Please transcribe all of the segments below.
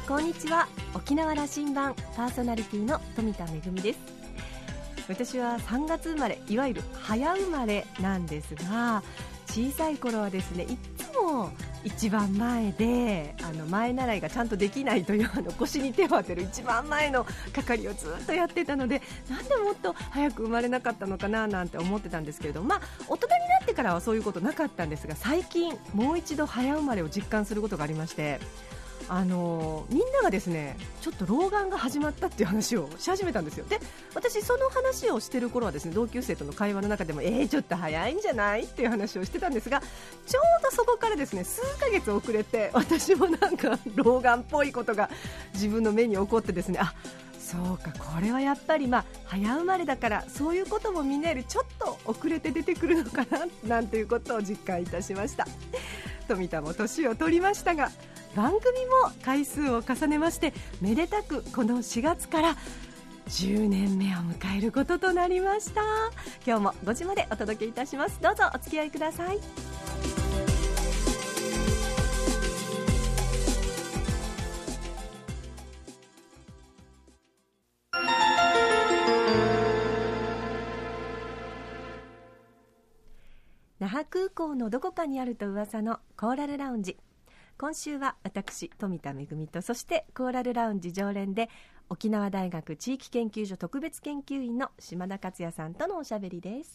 こんにちは。沖縄羅針盤パーソナリティの富田恵です。私は3月生まれ、いわゆる早生まれなんですが、小さい頃はですね、いつも一番前で前習いがちゃんとできないという腰に手を当てる一番前の係をずっとやってたので、なんでもっと早く生まれなかったのかななんて思ってたんですけれども、大人になってからはそういうことなかったんですが、最近もう一度早生まれを実感することがありまして、みんながですね、ちょっと老眼が始まったっていう話をし始めたんですよ。で、私その話をしてる頃はですね、同級生との会話の中でもちょっと早いんじゃないっていう話をしてたんですが、ちょうどそこからですね、数ヶ月遅れて私もなんか老眼っぽいことが自分の目に起こってですね、そうか、これはやっぱり早生まれだからそういうことも見れる、ちょっと遅れて出てくるのかななんていうことを実感いたしました。富田も年を取りましたが、番組も回数を重ねまして、めでたくこの4月から10年目を迎えることとなりました。今日も5時までお届けいたします。どうぞお付き合いください。那覇空港のどこかにあると噂のコーラルラウンジ。今週は私富田恵と、そしてコーラルラウンジ常連で沖縄大学地域研究所特別研究員の島田克也さんとのおしゃべりです。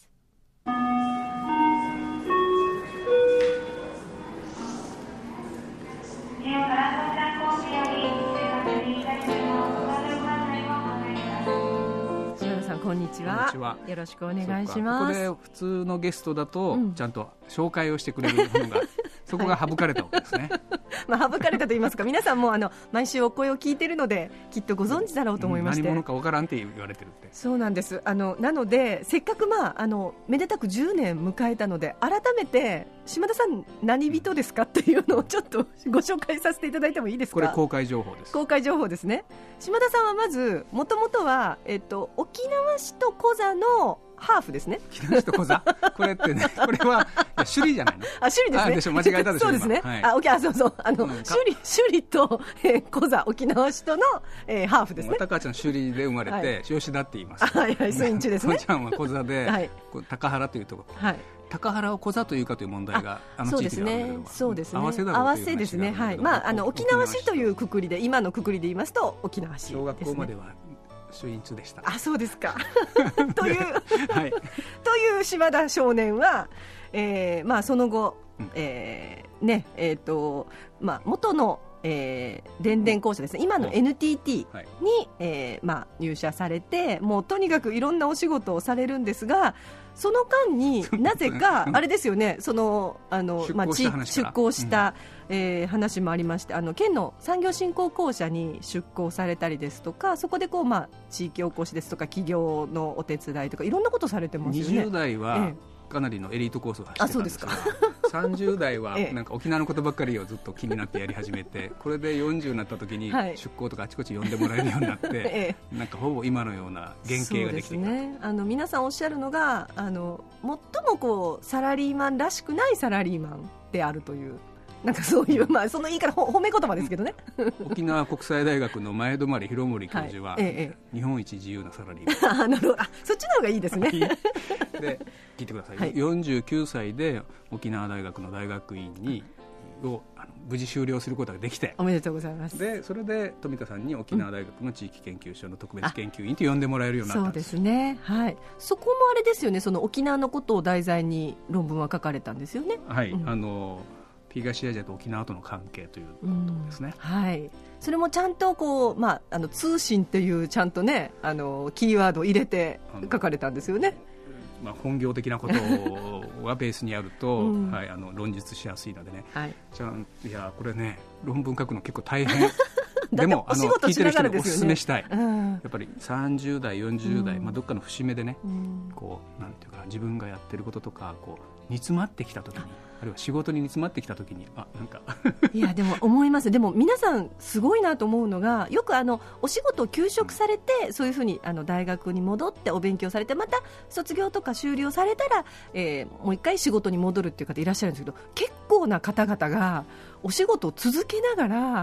こんにちは。よろしくお願いします。 ここで普通のゲストだとちゃんと紹介をしてくれるのが、そこが省かれたわけですね。 省かれたと言いますか、皆さんも毎週お声を聞いているのできっとご存知だろうと思いまして、 何者か分からんって言われてるって。 そうなんです。なのでせっかくめでたく10年迎えたので、改めて島田さん何人ですかっていうのをちょっとご紹介させていただいてもいいですか。 これ公開情報です。 公開情報ですね。島田さんはまずもともとは、沖縄市とコザのハーフですね。 沖縄市とコザこれってね、これは首里じゃないの。 首里ですね。 でしょ、間違えたでしょ。 そうですね。そうそう、首里とコザ、沖縄市とのハーフですね。 高ちゃん首里で生まれて吉田って言います。 はいはい、スインチですね。 ちゃんはコザで高原というところ。高原をコザというかという問題が地域ではあるけど、 そうですね。 合わせだろうという話があるけど、 ですね。はい。沖縄市というくくりで、今のくくりで言いますと沖縄市ですね。 小学校までは主員中でした。 そうですか。という島田少年は、その後、元の電電公社ですね、今の NTT に、入社されて、もうとにかくいろんなお仕事をされるんですが、その間になぜかあれですよね、出向した話もありまして、県の産業振興公社に出向されたりですとか、そこで地域おこしですとか企業のお手伝いとかいろんなことされてますよね。 20代はかなりのエリートコースを走ってたんですが、30代はなんか沖縄のことばっかりをずっと気になってやり始めて、これで40になった時に出向とかあちこち呼んでもらえるようになって、なんかほぼ今のような原型ができてきた。そうですね。皆さんおっしゃるのが、最もサラリーマンらしくないサラリーマンであるという、なんかそういう、その言い方褒め言葉ですけどね。沖縄国際大学の前泊博盛教授は、日本一自由なサラリーマン。 そっちの方がいいですね。 で、聞いてください。49歳で沖縄大学の大学院を無事修了することができて、 おめでとうございます。 でそれで富田さんに沖縄大学の地域研究所の特別研究員と呼んでもらえるようになったんです。 そうですね。はい。そこもあれですよね。その沖縄のことを題材に論文は書かれたんですよね。 はい。東アジアと沖縄との関係ということですね。 はい。それもちゃんと通信っていうちゃんとね、キーワードを入れて書かれたんですよね。 本業的なことがベースにあると、論述しやすいのでね。いやこれね、論文書くの結構大変。でも聞いてる人にお勧めしたい。やっぱり30代40代、どっかの節目でね、なんていうか自分がやってることとか煮詰まってきた時に、あるいは仕事に煮詰まってきた時になんかいやでも思います。でも皆さんすごいなと思うのが、よくお仕事を休職されて、そういうふうに大学に戻ってお勉強されて、また卒業とか修了されたら、もう一回仕事に戻るっていう方いらっしゃるんですけど、結構な方々がお仕事を続けながら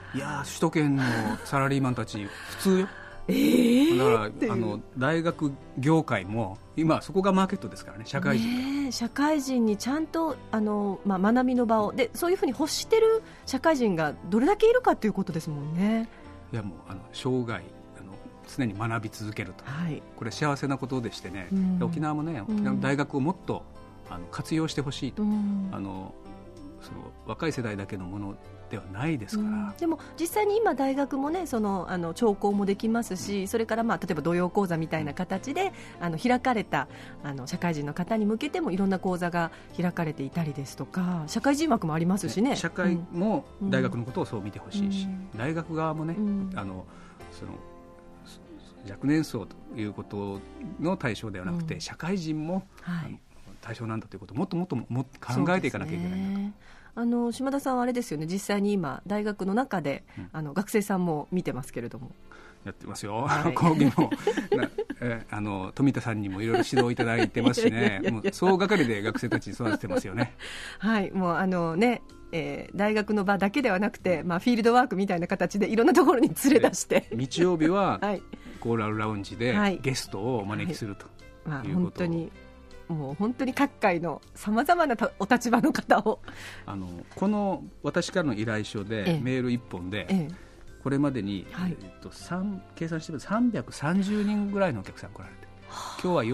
いや首都圏のサラリーマンたち普通よ。だから大学業界も今そこがマーケットですからね、社会人、 社会人にちゃんと学びの場をでそういうふうに欲してる社会人がどれだけいるかということですもんね。 いやもう生涯常に学び続けると、はい、これは幸せなことでしてね、沖縄もね、沖縄の大学をもっと活用してほしいと、その若い世代だけのものではないですから、 でも実際に今大学もね聴講もできますし、それから例えば土曜講座みたいな形で開かれた社会人の方に向けてもいろんな講座が開かれていたりですとか、社会人枠もありますしね。 社会も大学のことをそう見てほしいし、大学側もね、その若年層ということの対象ではなくて、社会人も、対象なんだということをもっと考えていかなきゃいけないなと。 島田さんはあれですよね、実際に今大学の中で、学生さんも見てますけれども。 やってますよ、はい、講義も富田さんにもいろいろ指導いただいてますしねもう総がかりで学生たちに育ててますよね。 はい、もう大学の場だけではなくて、フィールドワークみたいな形でいろんなところに連れ出して日曜日はコーラルラウンジでゲストをお招きするということを、 もう本当に各界のさまざまなお立場の方をこの私からの依頼書でメール1本で、これまでに、計算してみると330人ぐらいのお客さん来られて、今日は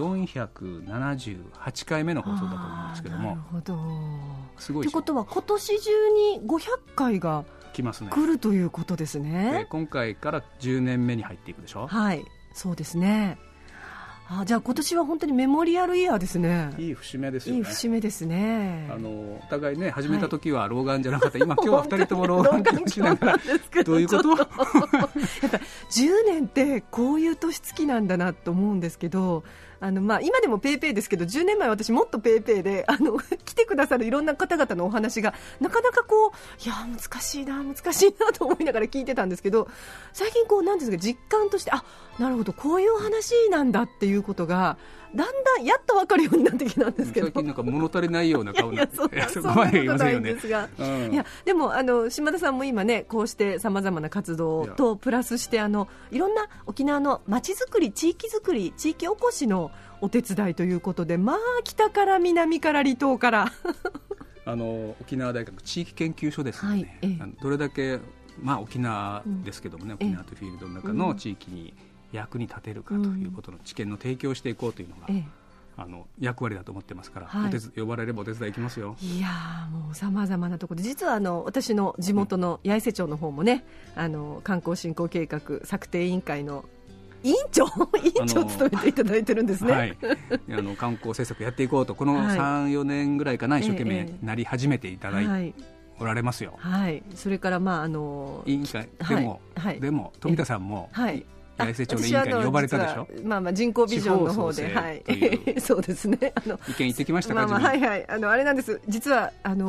478回目の放送だと思うんですけども。なるほど、すごい。ということは今年中に500回が来るということですね。今回から10年目に入っていくでしょ。 はい、そうですね。じゃあ今年は本当にメモリアルイヤーですね。 いい節目ですよね。 いい節目ですね。 お互いね、始めた時は老眼じゃなかった、今日は2人とも老眼としながらどういうことやっぱ 10年ってこういう年月なんだなと思うんですけど、今でもペイペイですけど、10年前私もっとペイペイで来てくださるいろんな方々のお話がなかなかいや難しいなと思いながら聞いてたんですけど、最近なんですか、実感としてなるほど、こういう話なんだっていうことがだんだんやっと分かるようになってきたんですけど、 最近なんか物足りないような顔になってそんなことないんですが、いやでも島田さんも今ね、こうしてさまざまな活動とプラスしていろんな沖縄の街づくり、地域づくり、地域おこしのお手伝いということで、北から南から離島から沖縄大学地域研究所ですので、どれだけ、沖縄ですけどもね、沖縄というフィールドの中の地域に役に立てるかということの知見の提供をしていこうというのが、役割だと思ってますから、呼ばれればお手伝い行きますよ。 いやもうさまざまなところで、実は私の地元の八重瀬町の方もね、観光振興計画策定委員会の委員長を務めていただいてるんですね。はい、 観光政策やっていこうと、この 3,4 年ぐらいかな、一生懸命なり始めていただいておられますよ。 それから委員会でも富田さんも、八重瀬町の委員会に呼ばれたでしょ。 人口ビジョンの方で、そうですね、 意見言ってきましたか。 あれなんです、実は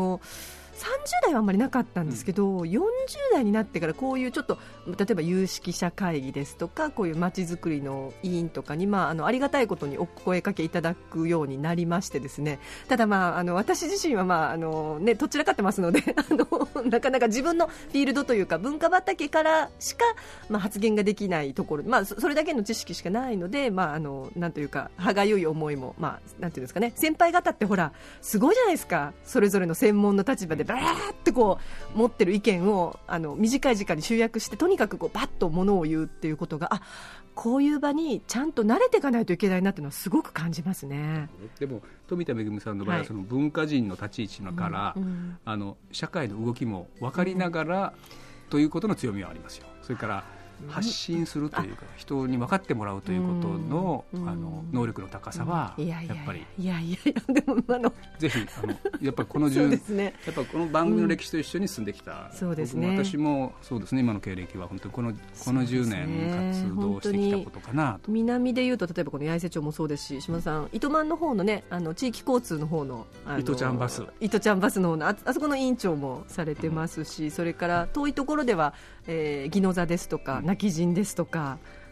30代はあんまりなかったんですけど、40代になってからこういうちょっと例えば有識者会議ですとか、こういうまちづくりの委員とかに、ありがたいことにお声かけいただくようになりましてですね、ただ私自身はどちらかってますのでなかなか自分のフィールドというか文化畑からしか、発言ができないところ、それだけの知識しかないので、なんというか歯がゆい思いも、なんていうんですかね、先輩方ってほらすごいじゃないですか、それぞれの専門の立場でバーって持ってる意見を短い時間に集約して、とにかくバッとものを言うっていうことが、こういう場にちゃんと慣れていかないといけないなっていうのはすごく感じますね。 でも富田恵さんの場合はその文化人の立ち位置から、社会の動きも分かりながら、ということの強みはありますよ。それから発信するというか、人に分かってもらうということの、能力の高さはやっぱり、 でもぜひやっぱりこの10年、やっぱこの番組の歴史と一緒に進んできた、 そうですね、 私もそうですね、今の経歴は本当にこの10年活動してきたことかなと。 南でいうと、例えばこの八重瀬町もそうですし、島田さん、糸満の方のね、地域交通の方の糸ちゃんバスの方のあそこの委員長もされてますし、それから遠いところでは宜野座ですとか、今帰仁ですとか、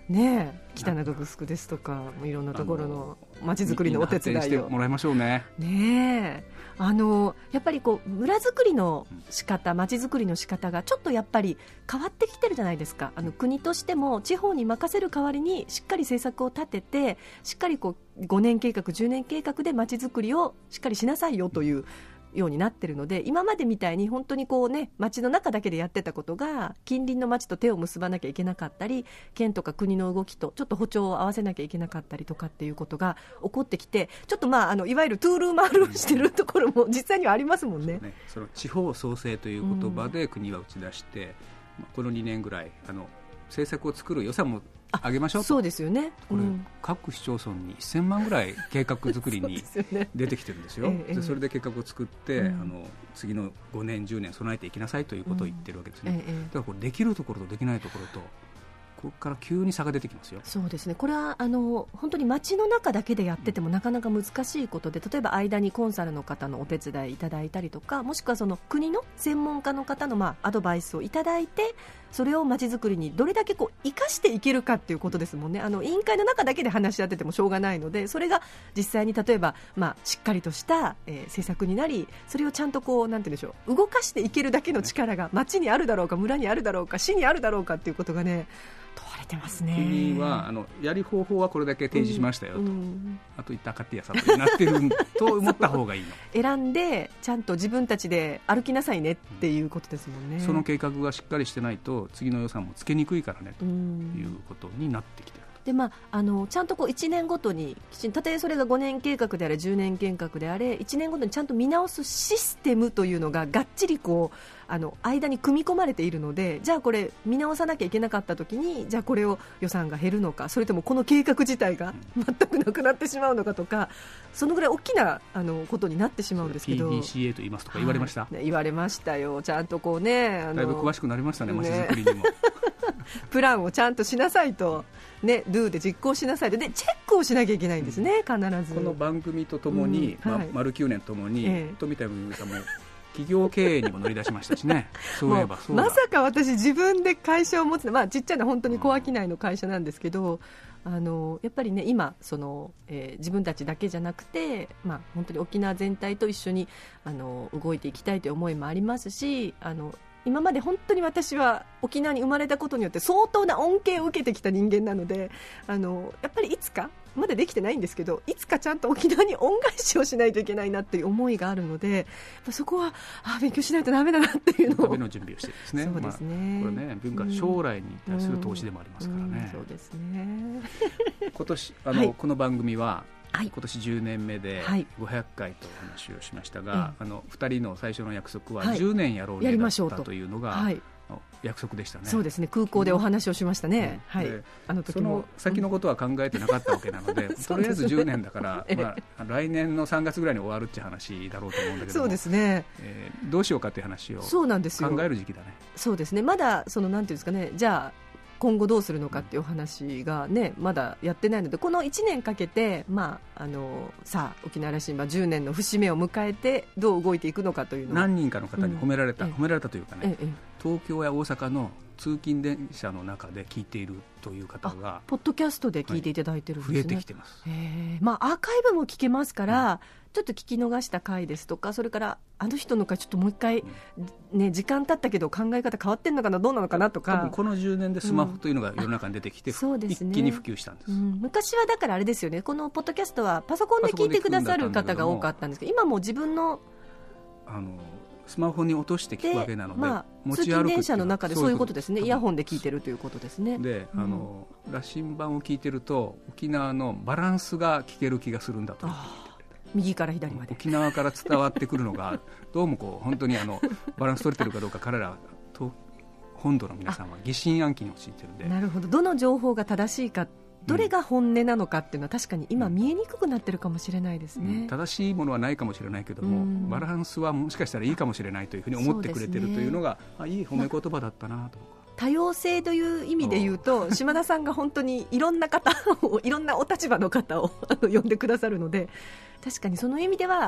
ね、北中城ですとかいろんなところの街づくりのお手伝いをしてもらいましょうね。 ねえ、やっぱりこう村づくりの仕方、街づくりの仕方がちょっとやっぱり変わってきてるじゃないですか。国としても地方に任せる代わりにしっかり政策を立てて、しっかりこう5年計画10年計画で街づくりをしっかりしなさいよというようになってるので、今までみたいに本当にこうね、街の中だけでやってたことが近隣の街と手を結ばなきゃいけなかったり、県とか国の動きとちょっと歩調を合わせなきゃいけなかったりとかっていうことが起こってきて、ちょっといわゆるトゥールーマールをしてるところも実際にはありますもんね。 その地方創生という言葉で国は打ち出して、この2年ぐらい政策を作る予算も上げましょうと。 そうですよね、 これ、各市町村に1000万ぐらい計画作りに出てきてるんですよ。でそれで計画を作って、次の5年10年備えていきなさいということを言ってるわけですね。だからこれできるところとできないところとここから急に差が出てきますよ。 そうですね、これは本当に街の中だけでやっててもなかなか難しいことで、例えば間にコンサルの方のお手伝いいただいたりとか、もしくはその国の専門家の方のアドバイスをいただいて、それを街づくりにどれだけ生かしていけるかっていうことですもんね。委員会の中だけで話し合っててもしょうがないので、それが実際に例えば、しっかりとした、政策になり、それをちゃんとなんて言うんでしょう、動かしていけるだけの力が街にあるだろうか、村にあるだろうか、市にあるだろうかっていうことがね、問われてますね。 国はやる方法はこれだけ提示しましたよと、あと言ったかってやさとなってると思った方がいいの。 選んでちゃんと自分たちで歩きなさいねっていうことですもんね。 その計画がしっかりしてないと次の予算もつけにくいからねということになってきている。 でちゃんと1年ごとにたとえそれが5年計画であれ10年計画であれ1年ごとにちゃんと見直すシステムというのががっちり間に組み込まれているので、じゃあこれ見直さなきゃいけなかった時に、じゃあこれを予算が減るのか、それともこの計画自体が全くなくなってしまうのかとか、そのぐらい大きなことになってしまうんですけど、 PDCA と言いますとか言われました、 言われましたよ。ちゃんとだいぶ詳しくなりましたね、街づくりにもプランをちゃんとしなさいと、do で実行しなさいと、でチェックをしなきゃいけないんですね、必ず。 この番組とともに、丸9年ともに、富田由美さんも企業経営にも乗り出しましたしね。そういえばそうだ。 まさか私自分で会社を持つの、ちっちゃな本当に小商いの会社なんですけど、やっぱりね、今自分たちだけじゃなくて、本当に沖縄全体と一緒に動いていきたいという思いもありますし、今まで本当に私は沖縄に生まれたことによって相当な恩恵を受けてきた人間なので、やっぱりいつか、まだできてないんですけど、いつかちゃんと沖縄に恩返しをしないといけないなっていう思いがあるので、そこは勉強しないとダメだなっていうのを、 旅の準備をしてですね。 そうですね、 これね、文化将来に対する投資でもありますからね。 そうですね。 今年この番組は今年10年目で500回とお話をしましたが、2人の最初の約束は10年やろうねだったというのが約束でしたね。 そうですね、空港でお話をしましたね。 その先のことは考えてなかったわけなので、とりあえず10年だから、来年の3月ぐらいに終わるっていう話だろうと思うんだけども、 そうですね、 どうしようかという話を考える時期だね。 そうですね、まだなんていうんですかね、じゃあ今後どうするのかっていう話がね、まだやってないので、この1年かけて、さあ沖縄羅針盤10年の節目を迎えてどう動いていくのかというのを何人かの方に褒められたというかね、東京や大阪の通勤電車の中で聞いているという方がポッドキャストで聞いていただいてるんですね。 増えてきてます。 アーカイブも聞けますから、ちょっと聞き逃した回ですとか、それからあの人の回ちょっともう一回、時間経ったけど考え方変わってんのかな、どうなのかなとか、 多分この10年でスマホというのが世の中に出てきて、一気に普及したんです。 昔はだからあれですよね、このポッドキャストはパソコンで聞いてくださる方が多かったんですけど、今もう自分のスマホに落として聞くわけなので、 持ち歩く通勤電車の中でそういうことですね、イヤホンで聞いてるということですね。 で、羅針盤を聞いてると沖縄のバランスが聞ける気がするんだと。 右から左まで沖縄から伝わってくるのがどうも本当にバランス取れてるかどうか、彼らと本土の皆さんは疑心暗鬼に陥ってるんで。 なるほど、どの情報が正しいか、どれが本音なのかっていうのは確かに今見えにくくなってるかもしれないですね。 正しいものはないかもしれないけども、バランスはもしかしたらいいかもしれないというふうに思ってくれてるというのが、いい褒め言葉だったなと。 多様性という意味で言うと、島田さんが本当にいろんな方をいろんなお立場の方を呼んでくださるので、確かにその意味では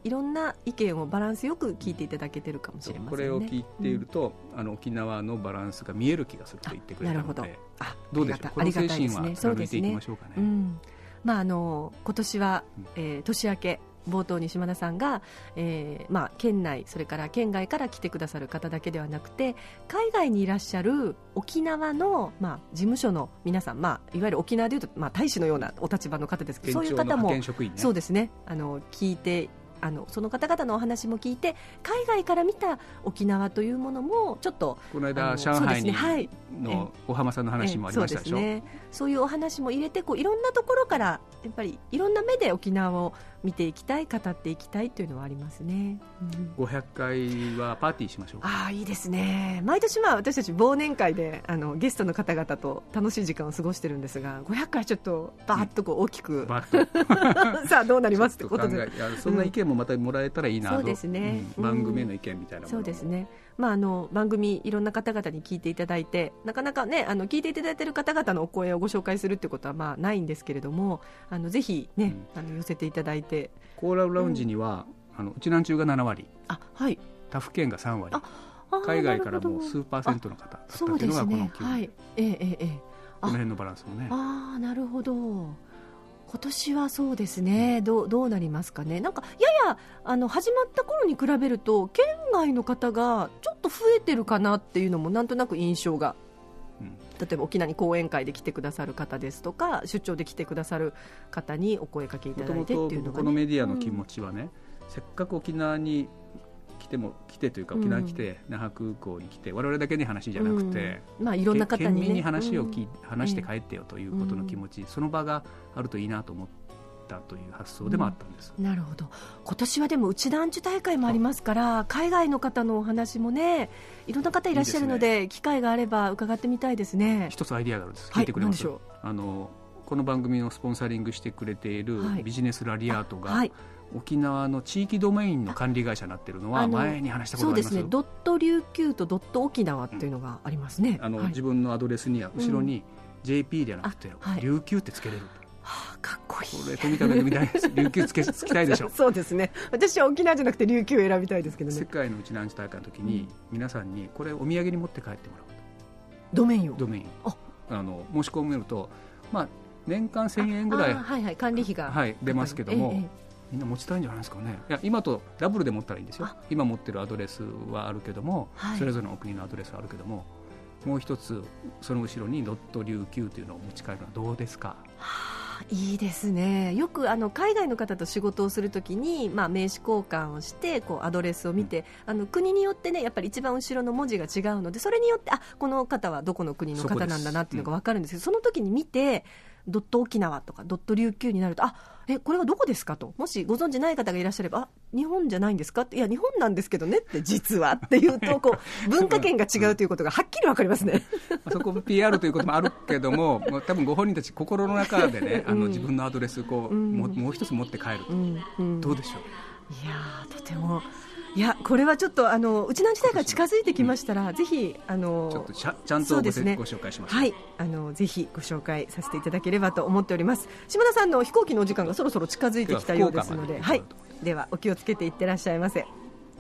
いろんな意見をバランスよく聞いていただけてるかもしれませんね。 これを聞いていると、沖縄のバランスが見える気がすると言ってくれたので、どうでしょう、この精神は貫いていきましょうかね。 今年は、年明け冒頭に島田さんが、県内それから県外から来てくださる方だけではなくて、海外にいらっしゃる沖縄の、事務所の皆さん、いわゆる沖縄でいうと、大使のようなお立場の方ですけど、そういう方も、そうですね、聞いて、その方々のお話も聞いて、海外から見た沖縄というものもちょっと、 この間上海の小浜さんの話もありましたでしょ。 そういうお話も入れて、いろんなところからやっぱりいろんな目で沖縄を見ていきたい、語っていきたいというのはありますね。 500回はパーティーしましょう。 いいですね。毎年私たち忘年会でゲストの方々と楽しい時間を過ごしてるんですが、500回ちょっとバーッと大きく、さあどうなりますってことで、 そんな意見もまたもらえたらいいなと。 そうですね、 番組への意見みたいなものも。 そうですね。番組いろんな方々に聞いていただいて、なかなかね、聞いていただいている方々のお声をご紹介するってことはないんですけれども、ぜひね、寄せていただいて。 コーラルラウンジには、うちなんちゅうが7割、他府県が3割、海外からも数パーセントの方だったというのがこの9割、この辺のバランスもね。 なるほど。今年はそうですね、どうなりますかね。なんかやや始まった頃に比べると県外の方がちょっと増えてるかなっていうのもなんとなく印象が、例えば沖縄に講演会で来てくださる方ですとか、出張で来てくださる方にお声かけいただいてっていうのが、 このメディアの気持ちはね、せっかく沖縄に来てというか、沖縄に来て、那覇空港に来て、我々だけに話じゃなくて、 いろんな方に、 県民に話して帰ってよということの気持ち、その場があるといいなと思ったという発想でもあったんです。 なるほど。今年はでもうちなんちゅ大会もありますから、海外の方のお話もね、いろんな方いらっしゃるので、機会があれば伺ってみたいですね。 一つアイディアがあるんです。聞いてくれます？この番組をスポンサリングしてくれているビジネスラリアートが、沖縄の地域ドメインの管理会社になっているのは前に話したことがあります。 そうですね、ドット琉球とドット沖縄っていうのがありますね。 自分のアドレスには後ろに JP ではなくて、琉球ってつけれると。 かっこいい。 これ富田恵みたいです。琉球つきたいでしょ。 そうですね。私は沖縄じゃなくて琉球を選びたいですけどね。 世界のうちなんち大会の時に、皆さんにこれお土産に持って帰ってもらうと。 ドメインを。 申し込めると、年間1000円ぐらい、 管理費が、 出ますけども、みんな持ちたいんじゃないですかね。いや、今とダブルで持ったらいいんですよ。今持ってるアドレスはあるけども、それぞれのお国のアドレスはあるけども、もう一つその後ろにドット琉球というのを持ち帰るのはどうですか。 いいですね。よく海外の方と仕事をするときに、名刺交換をしてアドレスを見て、国によってね、やっぱり一番後ろの文字が違うので、それによってこの方はどこの国の方なんだなっていうのが分かるんですけど、その時に見てドット沖縄とかドット琉球になると、これはどこですかと、もしご存じない方がいらっしゃれば、日本じゃないんですかって、いや日本なんですけどねって実はっていうと文化圏が違うということがはっきり分かりますね。 そこ PR ということもあるけども、多分ご本人たち心の中でね、自分のアドレスをもう一つ持って帰る、どうでしょう。 いやとても、これはちょっとうちなん時代が近づいてきましたら、ぜひちょっとちゃんとご紹介します。 ぜひご紹介させていただければと思っております。島田さんの飛行機のお時間がそろそろ近づいてきたようですので、ではお気をつけていってらっしゃいませ。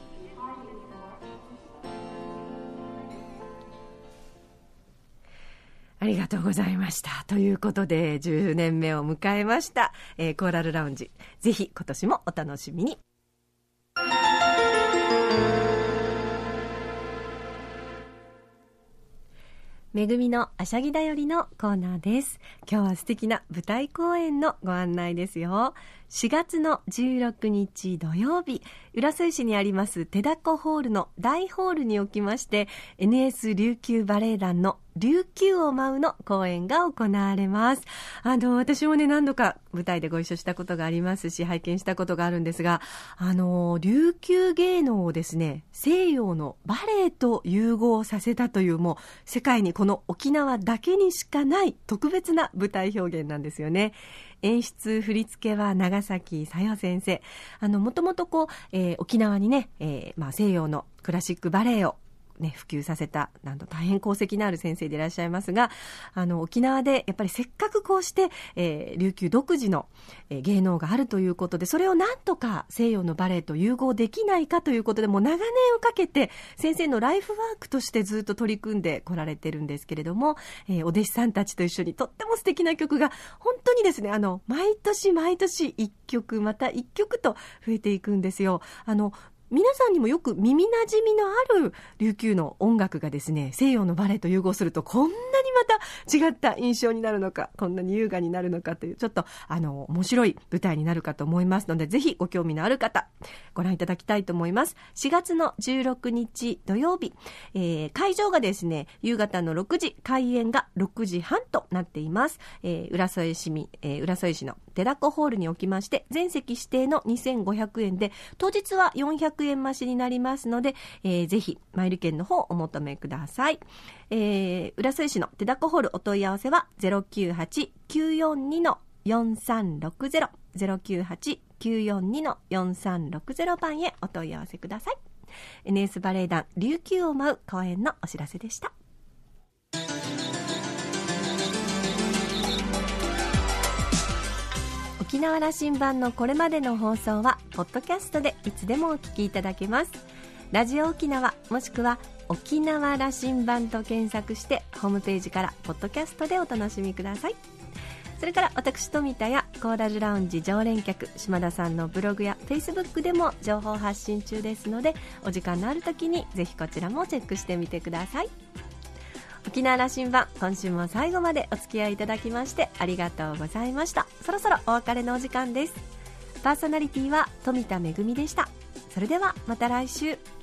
ありがとうございました。ということで10年目を迎えました、コーラルラウンジ、ぜひ今年もお楽しみに。めぐみのあしゃぎだよりのコーナーです。今日は素敵な舞台公演のご案内ですよ。4月の16日土曜日、浦添市にあります手だこホールの大ホールにおきまして、 NS 琉球バレエ団の琉球を舞うの公演が行われます。私もね、何度か舞台でご一緒したことがありますし、拝見したことがあるんですが、琉球芸能をですね、西洋のバレエと融合させたという、もう世界にこの沖縄だけにしかない特別な舞台表現なんですよね。演出振り付けは長崎さよ先生。もともと沖縄にね、西洋のクラシックバレエを普及させたなんと大変功績のある先生でいらっしゃいますが、沖縄でやっぱりせっかくこうして、琉球独自の、芸能があるということで、それをなんとか西洋のバレエと融合できないかということで、もう長年をかけて先生のライフワークとしてずっと取り組んでこられてるんですけれども、お弟子さんたちと一緒にとっても素敵な曲が本当にですね、毎年毎年1曲また1曲と増えていくんですよ。皆さんにもよく耳なじみのある琉球の音楽がですね、西洋のバレエと融合するとこんなにまた違った印象になるのか、こんなに優雅になるのかという、ちょっと面白い舞台になるかと思いますので、ぜひご興味のある方ご覧いただきたいと思います。4月の16日土曜日、会場がですね、夕方の6時、開演が6時半となっています。浦添市のテダコホールにおきまして、全席指定の2500円で、当日は400円増しになりますので、ぜひマイル券の方お求めください。浦添市のテダコホール、お問い合わせは 098-942-4360 098-942-4360 番へお問い合わせください。NS バレエ団琉球を舞う公演のお知らせでした。沖縄羅針盤のこれまでの放送はポッドキャストでいつでもお聞きいただけます。ラジオ沖縄もしくは沖縄羅針盤と検索してホームページからポッドキャストでお楽しみください。それから私富田やコーラルラウンジ常連客島田さんのブログやフェイスブックでも情報発信中ですので、お時間のある時にぜひこちらもチェックしてみてください。沖縄羅針盤、今週も最後までお付き合いいただきましてありがとうございました。そろそろお別れのお時間です。パーソナリティは富田恵でした。それではまた来週。